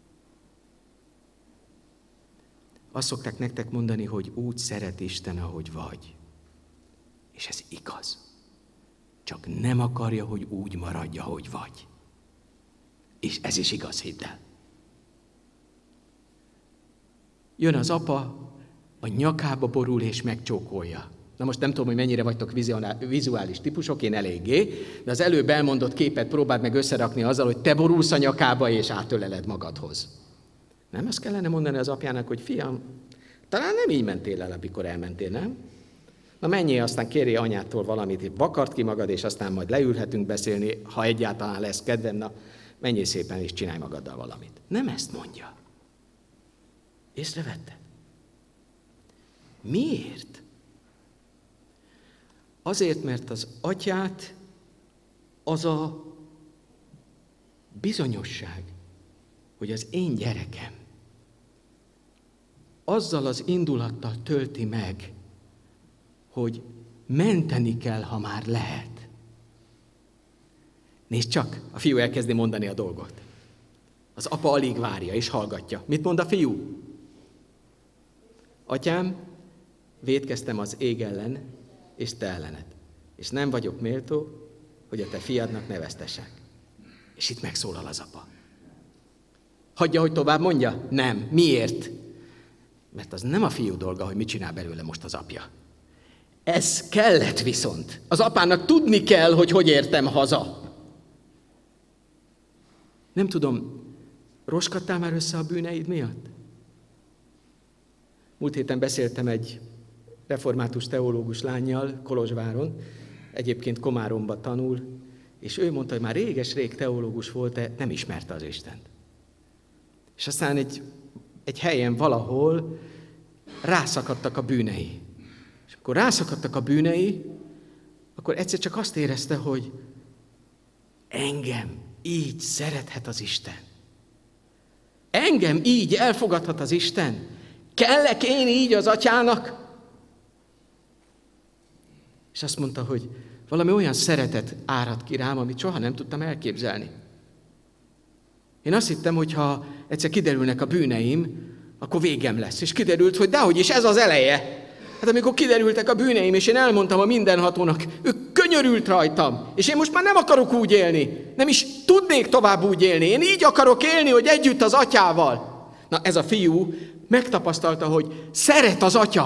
Azt szokták nektek mondani, hogy úgy szeret Isten, ahogy vagy. És ez igaz. Csak nem akarja, hogy úgy maradj, ahogy vagy. És ez is igaz, hidd el. Jön az apa, a nyakába borul és megcsókolja. Na most nem tudom, hogy mennyire vagytok vizuális típusok, én eléggé, de az előbb elmondott képet próbáld meg összerakni azzal, hogy te borulsz a nyakába és átöleled magadhoz. Nem ezt kellene mondani az apjának, hogy fiam, talán nem így mentél el, amikor elmentél, nem? Na menjél, aztán kérjél anyától valamit, vakart ki magad, és aztán majd leülhetünk beszélni, ha egyáltalán lesz kedvem, na menjél szépen és csinálj magaddal valamit. Nem ezt mondja. Észrevetted? Miért? Azért, mert az atyát az a bizonyosság, hogy az én gyerekem azzal az indulattal tölti meg, hogy menteni kell, ha már lehet. Nézd csak, a fiú elkezdi mondani a dolgot. Az apa alig várja és hallgatja. Mit mond a fiú? Atyám, vétkeztem az ég ellen, és te ellened. És nem vagyok méltó, hogy a te fiadnak neveztessek. És itt megszólal az apa. Hagyja, hogy tovább mondja? Nem. Miért? Mert az nem a fiú dolga, hogy mit csinál belőle most az apja. Ez kellett viszont. Az apának tudni kell, hogy értem haza. Nem tudom, roskadtál már össze a bűneid miatt? Múlt héten beszéltem egy református teológus lánnyal Kolozsváron, egyébként Komáromba tanul, és ő mondta, hogy már réges-rég teológus volt, de nem ismerte az Istent. És aztán egy helyen valahol rászakadtak a bűnei. És amikor rászakadtak a bűnei, akkor egyszer csak azt érezte, hogy engem így szerethet az Isten. Engem így elfogadhat az Isten. Kellek én így az atyának? És azt mondta, hogy valami olyan szeretet árad ki rám, amit soha nem tudtam elképzelni. Én azt hittem, hogy ha egyszer kiderülnek a bűneim, akkor végem lesz. És kiderült, hogy dehogy is, ez az eleje. Hát amikor kiderültek a bűneim, és én elmondtam a mindenhatónak, ő könyörült rajtam, és én most már nem akarok úgy élni. Nem is tudnék tovább úgy élni. Én így akarok élni, hogy együtt az atyával. Na ez a fiú megtapasztalta, hogy szeret az atya.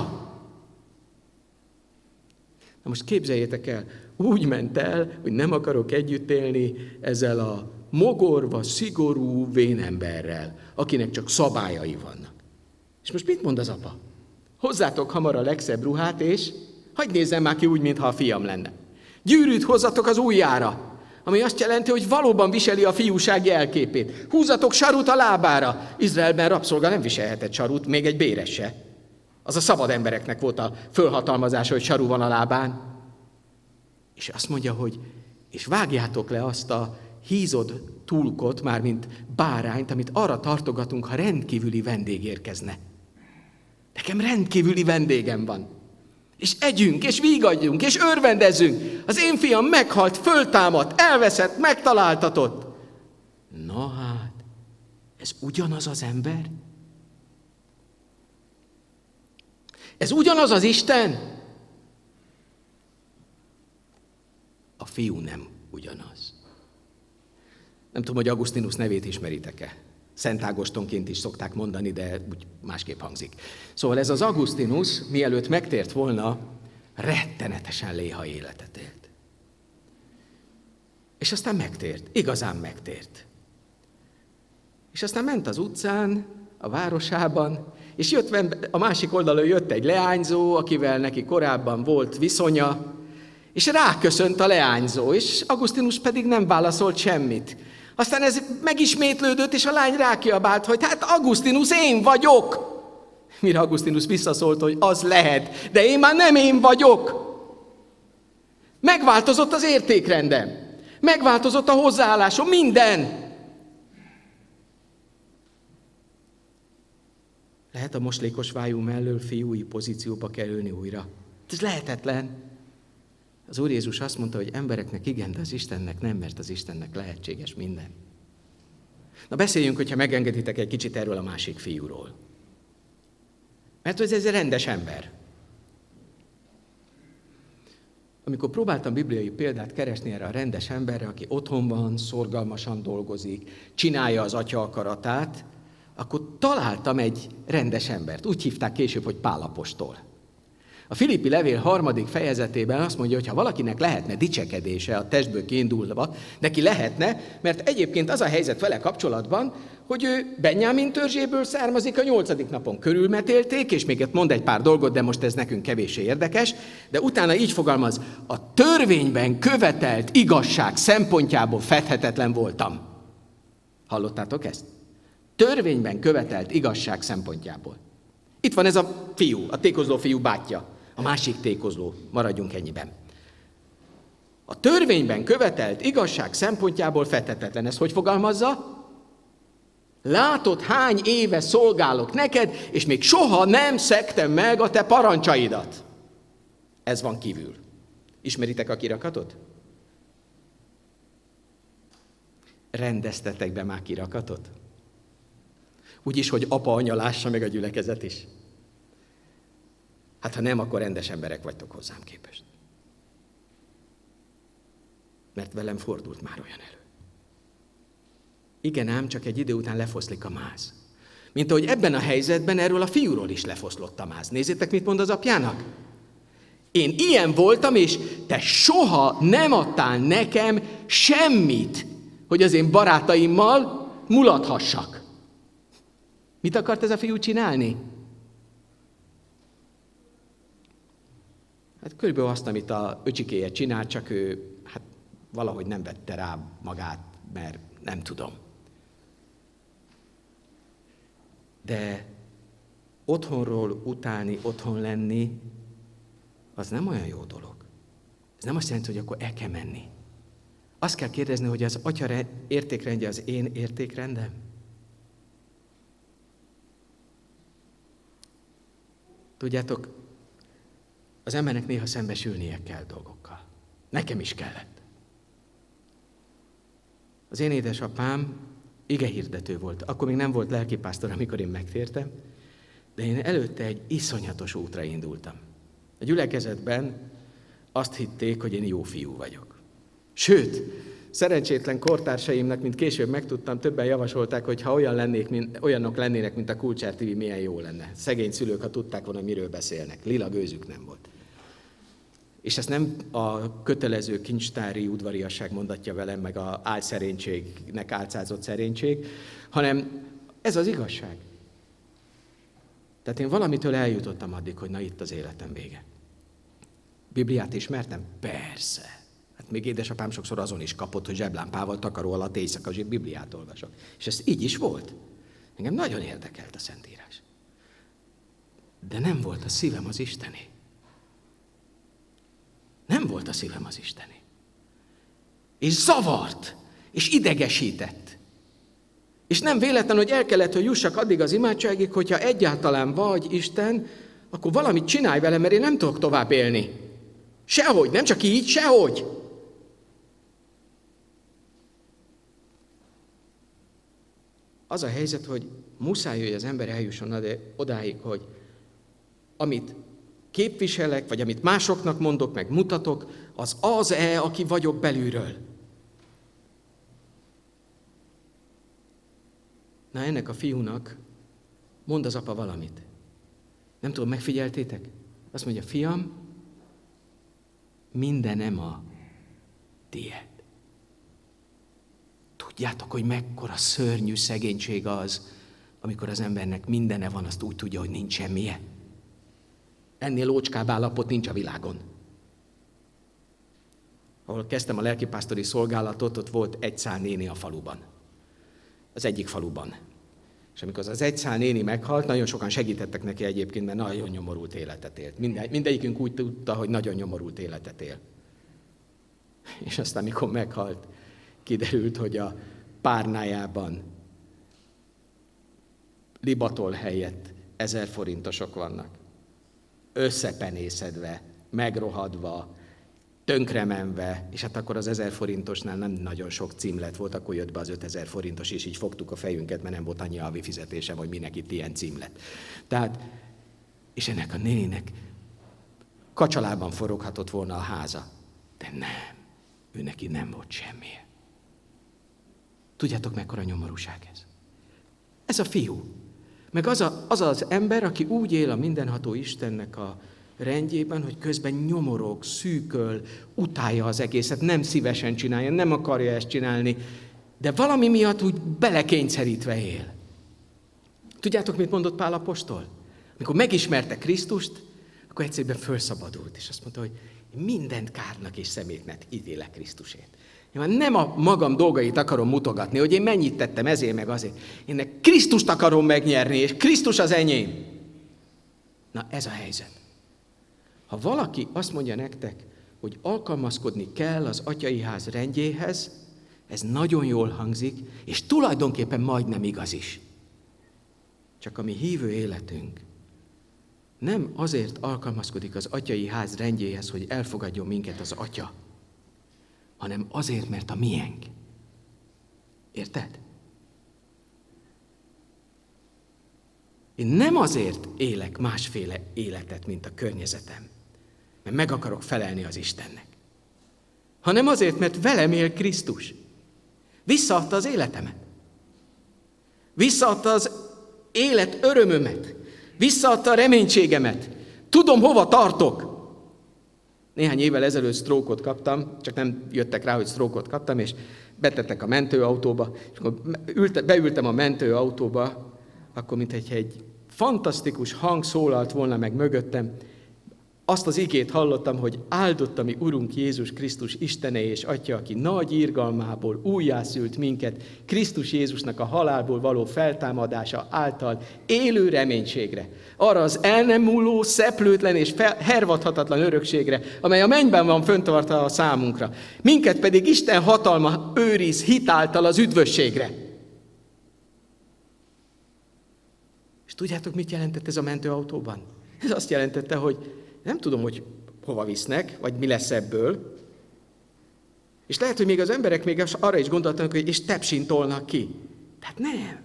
Na most képzeljétek el, úgy ment el, hogy nem akarok együtt élni ezzel a mogorva, szigorú vénemberrel, akinek csak szabályai vannak. És most mit mond az apa? Hozzátok hamar a legszebb ruhát, és hadd nézzem már ki úgy, mintha a fiam lenne. Gyűrűt hozzatok az ujjára, ami azt jelenti, hogy valóban viseli a fiúság jelképét. Húzzatok sarut a lábára. Izraelben rabszolga nem viselhetett sarut, még egy béres se. Az a szabad embereknek volt a fölhatalmazása, hogy saru van a lábán. És azt mondja, hogy és vágjátok le azt a hízod tulkot, mármint bárányt, amit arra tartogatunk, ha rendkívüli vendég érkezne. Nekem rendkívüli vendégem van. És együnk, és vígadjunk, és örvendezzünk. Az én fiam meghalt, föltámadt, elveszett, megtaláltatott. Na hát, ez ugyanaz az ember? Ez ugyanaz az Isten? A fiú nem ugyanaz. Nem tudom, hogy Augustinus nevét ismeritek-e. Szent Ágostonként is szokták mondani, de úgy másképp hangzik. Szóval ez az Augustinus, mielőtt megtért volna, rettenetesen léha életet élt. És aztán megtért, igazán megtért. És aztán ment az utcán, a városában, és a másik oldalon jött egy leányzó, akivel neki korábban volt viszonya, és ráköszönt a leányzó, és Augustinus pedig nem válaszolt semmit. Aztán ez megismétlődött, és a lány rákiabált, hogy hát Augustinus, én vagyok. Mire Augustinus visszaszólt, hogy az lehet, de én már nem én vagyok. Megváltozott az értékrendem. Megváltozott a hozzáállásom, minden. Lehet a moslékos vájú mellől fiúi pozícióba kerülni újra. Ez lehetetlen. Az Úr Jézus azt mondta, hogy embereknek igen, de az Istennek nem, mert az Istennek lehetséges minden. Na beszéljünk, hogyha megengeditek egy kicsit erről a másik fiúról. Mert ez egy rendes ember. Amikor próbáltam bibliai példát keresni erre a rendes emberre, aki otthon van, szorgalmasan dolgozik, csinálja az atya akaratát, akkor találtam egy rendes embert. Úgy hívták később, hogy Pál apostol. A Filippi levél 3. fejezetében azt mondja, hogy ha valakinek lehetne dicsekedése a testből kiindulva, neki lehetne, mert egyébként az a helyzet vele kapcsolatban, hogy ő Benjámin törzséből származik, a 8. napon körülmetélték, és még mond egy pár dolgot, de most ez nekünk kevéssé érdekes, de utána így fogalmaz, a törvényben követelt igazság szempontjából fedhetetlen voltam. Hallottátok ezt? Törvényben követelt igazság szempontjából. Itt van ez a fiú, a tékozló fiú bátyja, a másik tékozló, maradjunk ennyiben. A törvényben követelt igazság szempontjából fedhetetlen. Ez hogy fogalmazza? Látod, hány éve szolgálok neked, és még soha nem szegtem meg a te parancsaidat. Ez van kívül. Ismeritek a kirakatot? Rendeztetek be már kirakatot? Úgyis, hogy apa, anya lássa meg a gyülekezet is. Hát ha nem, akkor rendes emberek vagytok hozzám képest. Mert velem fordult már olyan elő. Igen ám, csak egy idő után lefoszlik a máz. Mint ahogy ebben a helyzetben erről a fiúról is lefoszlott a máz. Nézzétek, mit mond az apjának. Én ilyen voltam, és te soha nem adtál nekem semmit, hogy az én barátaimmal mulathassak. Mit akart ez a fiú csinálni? Hát körülbelül azt, amit a öcsikéje csinált, csak ő valahogy nem vette rá magát, mert nem tudom. De otthonról utálni, otthon lenni, az nem olyan jó dolog. Ez nem azt jelenti, hogy akkor el kell menni. Azt kell kérdezni, hogy az atya értékrendje az én értékrendem? Tudjátok, az embernek néha szembesülnie kell dolgokkal. Nekem is kellett. Az én édesapám igehirdető volt. Akkor még nem volt lelkipásztor, amikor én megtértem, de én előtte egy iszonyatos útra indultam. A gyülekezetben azt hitték, hogy én jó fiú vagyok. Sőt, szerencsétlen kortársaimnak, mint később megtudtam, többen javasolták, hogy ha olyanok lennének, mint a Kulcsár TV, milyen jó lenne. Szegény szülők, ha tudták volna, miről beszélnek. Lila gőzük nem volt. És ezt nem a kötelező kincstári udvariasság mondatja velem, meg a álszerénységnek álcázott szerénység, hanem ez az igazság. Tehát én valamitől eljutottam addig, hogy na itt az életem vége. Bibliát ismertem? Persze. Hát még édesapám sokszor azon is kapott, hogy zseblámpával takaró alatt éjszaka Bibliát olvasok. És ez így is volt. Engem nagyon érdekelt a Szentírás. De nem volt a szívem az Istené. Nem volt a szívem az Istené. És zavart, és idegesített. És nem véletlen, hogy el kellett, hogy jussak addig az imádságig, hogyha egyáltalán vagy Isten, akkor valamit csinálj vele, mert én nem tudok tovább élni. Sehogy, nem csak így, sehogy. Az a helyzet, hogy muszáj, hogy az ember eljusson odáig, hogy amit képviselek, vagy amit másoknak mondok, meg mutatok, az-e, aki vagyok belülről. Na ennek a fiúnak mond az apa valamit. Nem tudom, megfigyeltétek? Azt mondja, fiam, mindenem a tiéd. Tudjátok, hogy mekkora szörnyű szegénység az, amikor az embernek mindene van, azt úgy tudja, hogy nincs semmije. Ennél ócskább állapot nincs a világon. Ahol kezdtem a lelkipásztori szolgálatot, ott volt egy szál néni a faluban. Az egyik faluban. És amikor az egy szál néni meghalt, nagyon sokan segítettek neki egyébként, mert nagyon nyomorult életet élt. Mindegyikünk úgy tudta, hogy nagyon nyomorult életet él. És aztán, amikor meghalt, kiderült, hogy a párnájában libatol helyett 1000 forintosok vannak. Összepenészedve, megrohadva, tönkremenve, és hát akkor az 1000 forintosnál nem nagyon sok címlet volt, akkor jött be az 5000 forintos, és így fogtuk a fejünket, mert nem volt annyi havi fizetésem, hogy minek itt ilyen címlet. Tehát, és ennek a néninek kacsalában foroghatott volna a háza, de nem, ő neki nem volt semmije. Tudjátok, mekkora nyomorúság ez? Ez a fiú. Meg az az ember, aki úgy él a mindenható Istennek a rendjében, hogy közben nyomorog, szűköl, utálja az egészet, nem szívesen csinálja, nem akarja ezt csinálni, de valami miatt úgy belekényszerítve él. Tudjátok, mit mondott Pál apostol? Amikor megismerte Krisztust, akkor egyszerűen felszabadult, és azt mondta, hogy mindent kárnak és szemétnek ítélek Krisztusért. Én már nem a magam dolgait akarom mutogatni, hogy én mennyit tettem ezért meg azért. Én Krisztust akarom megnyerni, és Krisztus az enyém. Na ez a helyzet. Ha valaki azt mondja nektek, hogy alkalmazkodni kell az atyai ház rendjéhez, ez nagyon jól hangzik, és tulajdonképpen majdnem igaz is. Csak a mi hívő életünk nem azért alkalmazkodik az atyai ház rendjéhez, hogy elfogadjon minket az atya, hanem azért, mert a miénk. Érted? Én nem azért élek másféle életet, mint a környezetem, mert meg akarok felelni az Istennek, hanem azért, mert velem él Krisztus. Visszaadta az életemet. Visszaadta az élet örömömet. Visszaadta a reménységemet. Tudom, hova tartok. Néhány évvel ezelőtt sztrókot kaptam, csak nem jöttek rá, hogy sztrókot kaptam, és betettek a mentőautóba, és akkor beültem a mentőautóba, akkor mintha egy fantasztikus hang szólalt volna meg mögöttem, azt az igét hallottam, hogy áldott a mi Urunk Jézus Krisztus Istene és Atya, aki nagy irgalmából újjászült minket, Krisztus Jézusnak a halálból való feltámadása által élő reménységre, arra az el nem múló, szeplőtlen és hervadhatatlan örökségre, amely a mennyben van föntartva a számunkra. Minket pedig Isten hatalma őriz hitáltal az üdvösségre. És tudjátok, mit jelentett ez a mentőautóban? Ez azt jelentette, hogy nem tudom, hogy hova visznek, vagy mi lesz ebből. És lehet, hogy még az emberek még arra is gondoltak, hogy és tepsin tolnak ki. Tehát nem.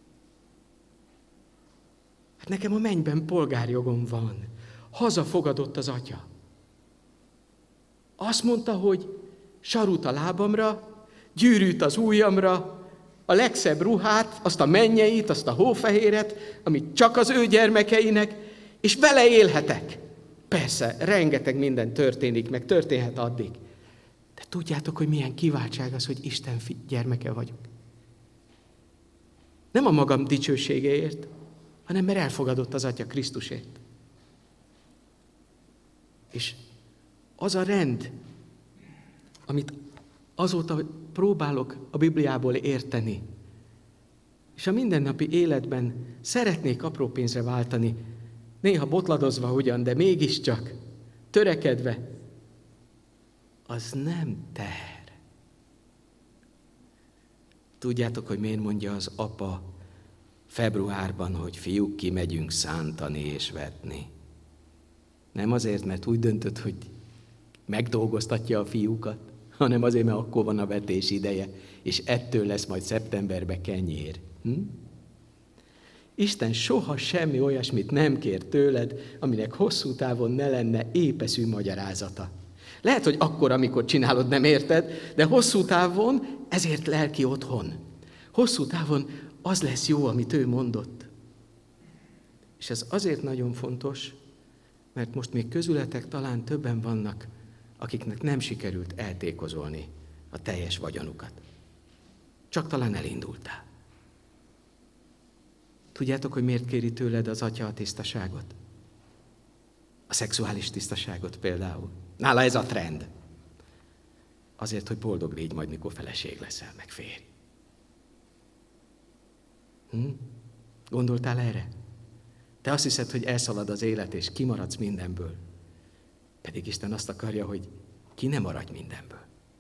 Hát nekem a mennyben polgárjogom van. Hazafogadott az Atya. Azt mondta, hogy sarut a lábamra, gyűrűt az ujjamra, a legszebb ruhát, azt a mennyeit, azt a hófehéret, amit csak az ő gyermekeinek, és vele élhetek. Persze, rengeteg minden történik, meg történhet addig. De tudjátok, hogy milyen kiváltság az, hogy Isten gyermeke vagyok. Nem a magam dicsőségéért, hanem mert elfogadott az Atya Krisztusért. És az a rend, amit azóta próbálok a Bibliából érteni, és a mindennapi életben szeretnék apró pénzre váltani, néha botladozva ugyan, de mégiscsak törekedve, az nem teher. Tudjátok, hogy miért mondja az apa februárban, hogy fiúk, kimegyünk szántani és vetni? Nem azért, mert úgy döntött, hogy megdolgoztatja a fiúkat, hanem azért, mert akkor van a vetés ideje, és ettől lesz majd szeptemberben kenyér. Isten soha semmi olyasmit nem kér tőled, aminek hosszú távon ne lenne épeszű magyarázata. Lehet, hogy akkor, amikor csinálod, nem érted, de hosszú távon ezért lelki otthon. Hosszú távon az lesz jó, amit ő mondott. És ez azért nagyon fontos, mert most még közületek talán többen vannak, akiknek nem sikerült eltékozolni a teljes vagyonukat. Csak talán elindultál. Tudjátok, hogy miért kéri tőled az Atya a tisztaságot? A szexuális tisztaságot például. Nála ez a trend. Azért, hogy boldog légy majd, mikor feleség leszel, meg férj. Gondoltál erre? Te azt hiszed, hogy elszalad az élet, és kimaradsz mindenből. Pedig Isten azt akarja, hogy ki ne maradj mindenből.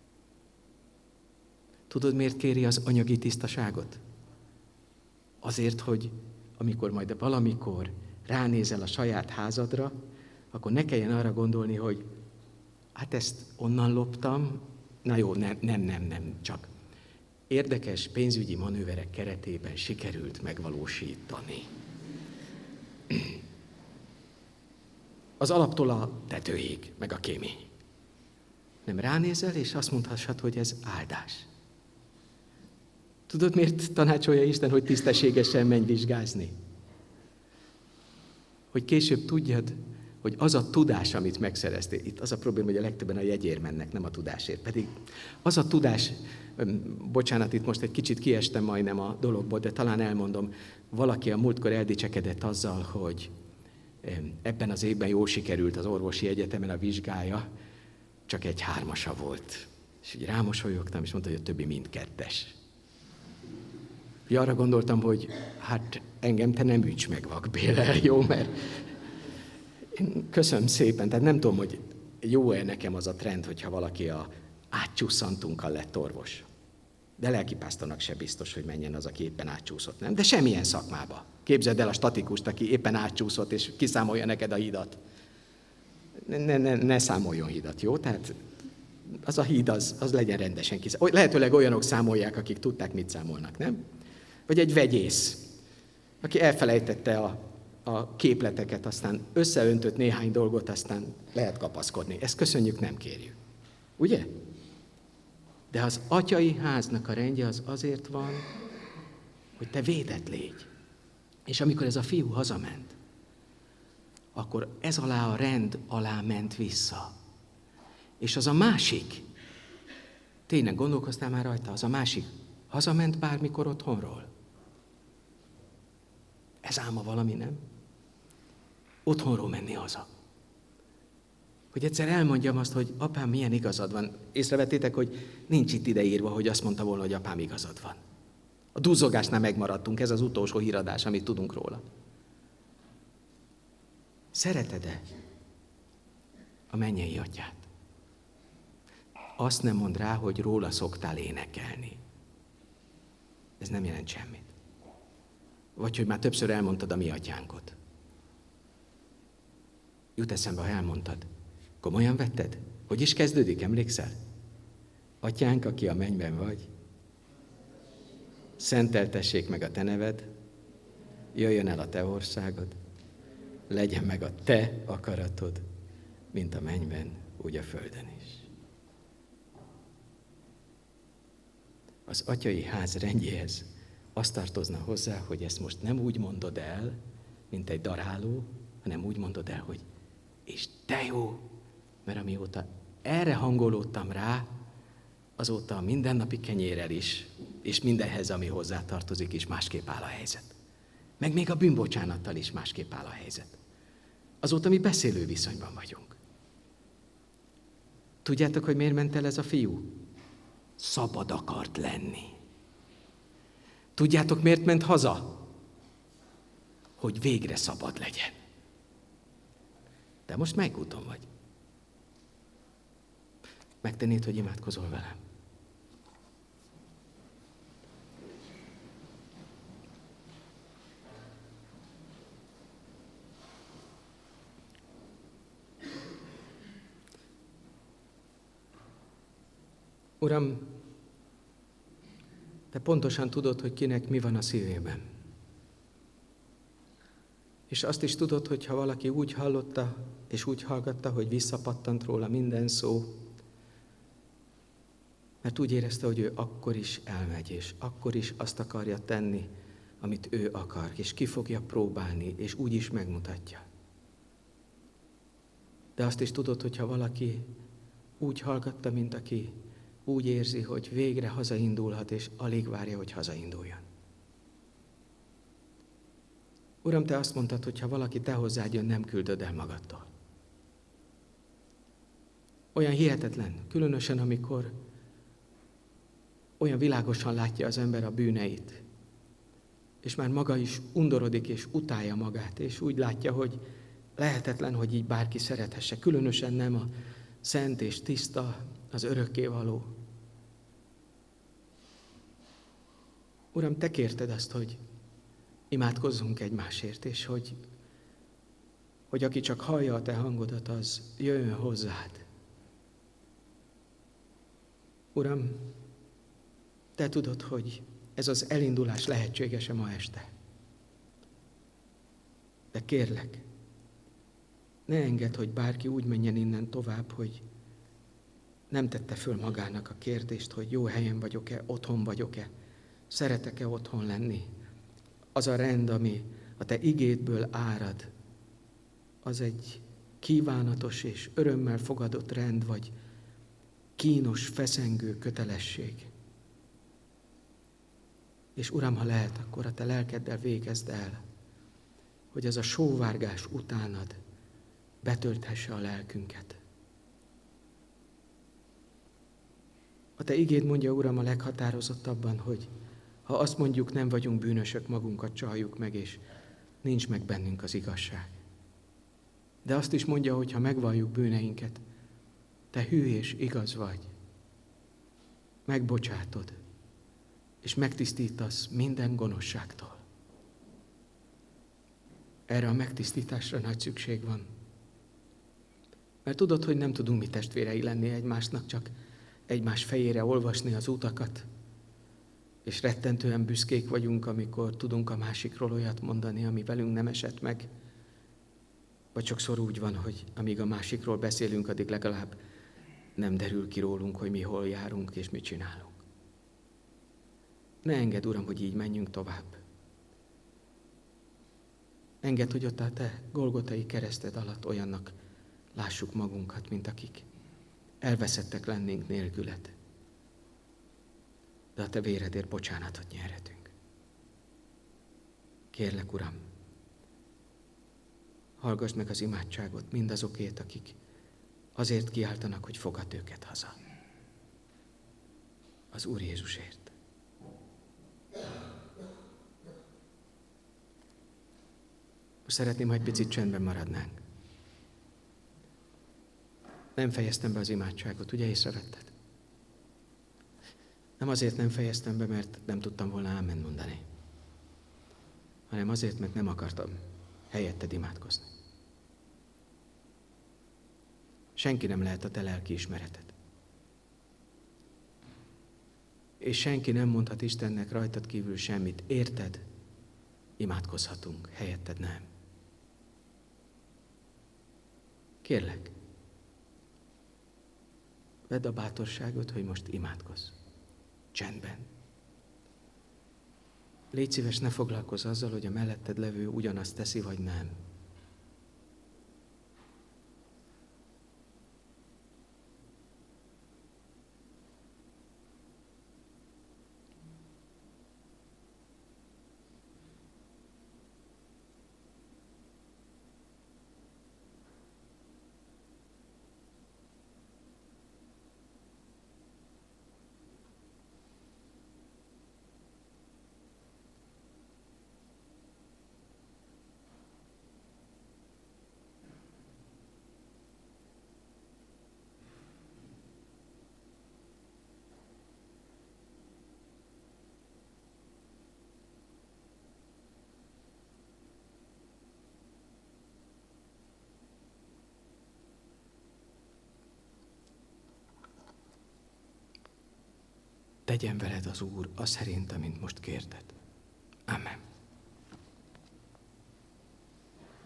Tudod, miért kéri az anyagi tisztaságot? Azért, hogy amikor majd valamikor ránézel a saját házadra, akkor ne kelljen arra gondolni, hogy hát ezt onnan loptam, na jó, nem, csak érdekes pénzügyi manőverek keretében sikerült megvalósítani. Az alaptól a tetőig, meg a kémény. Nem ránézel, és azt mondhassad, hogy ez áldás. Tudod, miért tanácsolja Isten, hogy tisztességesen menj vizsgázni? Hogy később tudjad, hogy az a tudás, amit megszereztél, itt az a probléma, hogy a legtöbben a jegyért mennek, nem a tudásért. Pedig az a tudás, bocsánat, itt most egy kicsit kiestem majdnem a dologból, de talán elmondom, valaki a múltkor eldicsekedett azzal, hogy ebben az évben jól sikerült az orvosi egyetemen a vizsgája, csak egy 3-asa volt. És így rámosolyogtam, és mondta, hogy a többi mind 2-es. Arra gondoltam, hogy hát engem te nem üts meg vakbélel, jó, mert én köszönöm szépen, tehát nem tudom, hogy jó-e nekem az a trend, hogyha valaki a átcsúszantunkkal lett orvos. De lelkipásztornak se biztos, hogy menjen az, aki éppen átcsúszott, nem? De semmilyen szakmába. Képzeld el a statikust, aki éppen átcsúszott, és kiszámolja neked a hidat. Ne számoljon hidat, jó? Tehát az a híd, az legyen rendesen kiszámolva. Lehetőleg olyanok számolják, akik tudták, mit számolnak, nem? Vagy egy vegyész, aki elfelejtette a képleteket, aztán összeöntött néhány dolgot, aztán lehet kapaszkodni. Ezt köszönjük, nem kérjük. Ugye? De az atyai háznak a rendje az azért van, hogy te védett légy. És amikor ez a fiú hazament, akkor ez alá a rend alá ment vissza. És az a másik, tényleg gondolkoztál már rajta, az a másik hazament bármikor otthonról? Ez álma valami, nem? Otthonról menni haza. Hogy egyszer elmondjam azt, hogy apám, milyen igazad van. Észrevettétek, hogy nincs itt ideírva, hogy azt mondta volna, hogy apám, igazad van. A duzzogásnál megmaradtunk, ez az utolsó híradás, amit tudunk róla. Szereted-e a mennyei atyát? Azt nem mond rá, hogy róla szoktál énekelni. Ez nem jelent semmit. Vagy hogy már többször elmondtad a mi atyánkot. Jut eszembe, ha elmondtad. Komolyan vetted? Hogy is kezdődik, emlékszel? Atyánk, aki a mennyben vagy, szenteltessék meg a te neved, jöjjön el a te országod, legyen meg a te akaratod, mint a mennyben, úgy a földön is. az atyai ház rendjéhez azt tartozna hozzá, hogy ezt most nem úgy mondod el, mint egy daráló, hanem úgy mondod el, hogy és de jó, mert amióta erre hangolódtam rá, azóta a mindennapi kenyérrel is, és mindenhez, ami hozzá tartozik is másképp áll a helyzet. Meg még a bűnbocsánattal is másképp áll a helyzet. Azóta mi beszélő viszonyban vagyunk. Tudjátok, hogy miért ment el ez a fiú? Szabad akart lenni. Tudjátok, miért ment haza? Hogy végre szabad legyen. De most melyik úton vagy? Megtennéd, hogy imádkozol velem? Uram, Te pontosan tudod, hogy kinek mi van a szívében. És azt is tudod, hogy ha valaki úgy hallotta, és úgy hallgatta, hogy visszapattant róla minden szó, mert úgy érezte, hogy ő akkor is elmegy, és akkor is azt akarja tenni, amit ő akar, és ki fogja próbálni, és úgy is megmutatja. De azt is tudod, hogy ha valaki úgy hallgatta, mint aki úgy érzi, hogy végre hazaindulhat, és alig várja, hogy hazainduljon. Uram, Te azt mondtad, hogy ha valaki Te hozzád jön, nem küldöd el magadtól. Olyan hihetetlen, különösen amikor olyan világosan látja az ember a bűneit, és már maga is undorodik és utálja magát, és úgy látja, hogy lehetetlen, hogy így bárki szerethesse, különösen nem a szent és tiszta, az örökkévaló. Uram, Te kérted azt, hogy imádkozzunk egymásért, és hogy aki csak hallja a Te hangodat, az jöjjön hozzád. Uram, Te tudod, hogy ez az elindulás lehetséges-e ma este. De kérlek, ne engedd, hogy bárki úgy menjen innen tovább, hogy nem tette föl magának a kérdést, hogy jó helyen vagyok-e, otthon vagyok-e, szeretek-e otthon lenni. Az a rend, ami a Te igédből árad, az egy kívánatos és örömmel fogadott rend, vagy kínos, feszengő kötelesség. És Uram, ha lehet, akkor a Te lelkeddel végezd el, hogy ez a sóvárgás utánad betölthesse a lelkünket. A Te igéd mondja, Uram, a leghatározottabban, hogy ha azt mondjuk, nem vagyunk bűnösök, magunkat csaljuk meg, és nincs meg bennünk az igazság. De azt is mondja, hogy ha megvalljuk bűneinket, Te hű és igaz vagy, megbocsátod, és megtisztítasz minden gonoszságtól. Erre a megtisztításra nagy szükség van. Mert tudod, hogy nem tudunk mi testvérei lenni egymásnak, csak egymás fejére olvasni az utakat, és rettentően büszkék vagyunk, amikor tudunk a másikról olyat mondani, ami velünk nem esett meg. Vagy sokszor úgy van, hogy amíg a másikról beszélünk, addig legalább nem derül ki rólunk, hogy mi hol járunk és mit csinálunk. Ne engedd, Uram, hogy így menjünk tovább. Engedd, hogy ott a Te Golgotai kereszted alatt olyannak lássuk magunkat, mint akik elveszettek lennénk nélküled. De a Te véredért bocsánatot nyerhetünk. Kérlek, Uram, hallgass meg az imádságot mindazokért, akik azért kiáltanak, hogy fogadd őket haza. Az Úr Jézusért. Most szeretném, ha egy picit csendben maradnánk. Nem fejeztem be az imádságot, ugye észrevetted? Nem azért nem fejeztem be, mert nem tudtam volna ámen mondani, hanem azért, mert nem akartam helyetted imádkozni. Senki nem lehet a te lelki ismereted. És senki nem mondhat Istennek rajtad kívül semmit. Érted? Imádkozhatunk, helyetted nem. Kérlek, vedd a bátorságot, hogy most imádkozz. Csendben. légy szíves, ne foglalkozz azzal, hogy a melletted levő ugyanazt teszi, vagy nem. Tegyen veled az Úr, az szerint, amint most kérted.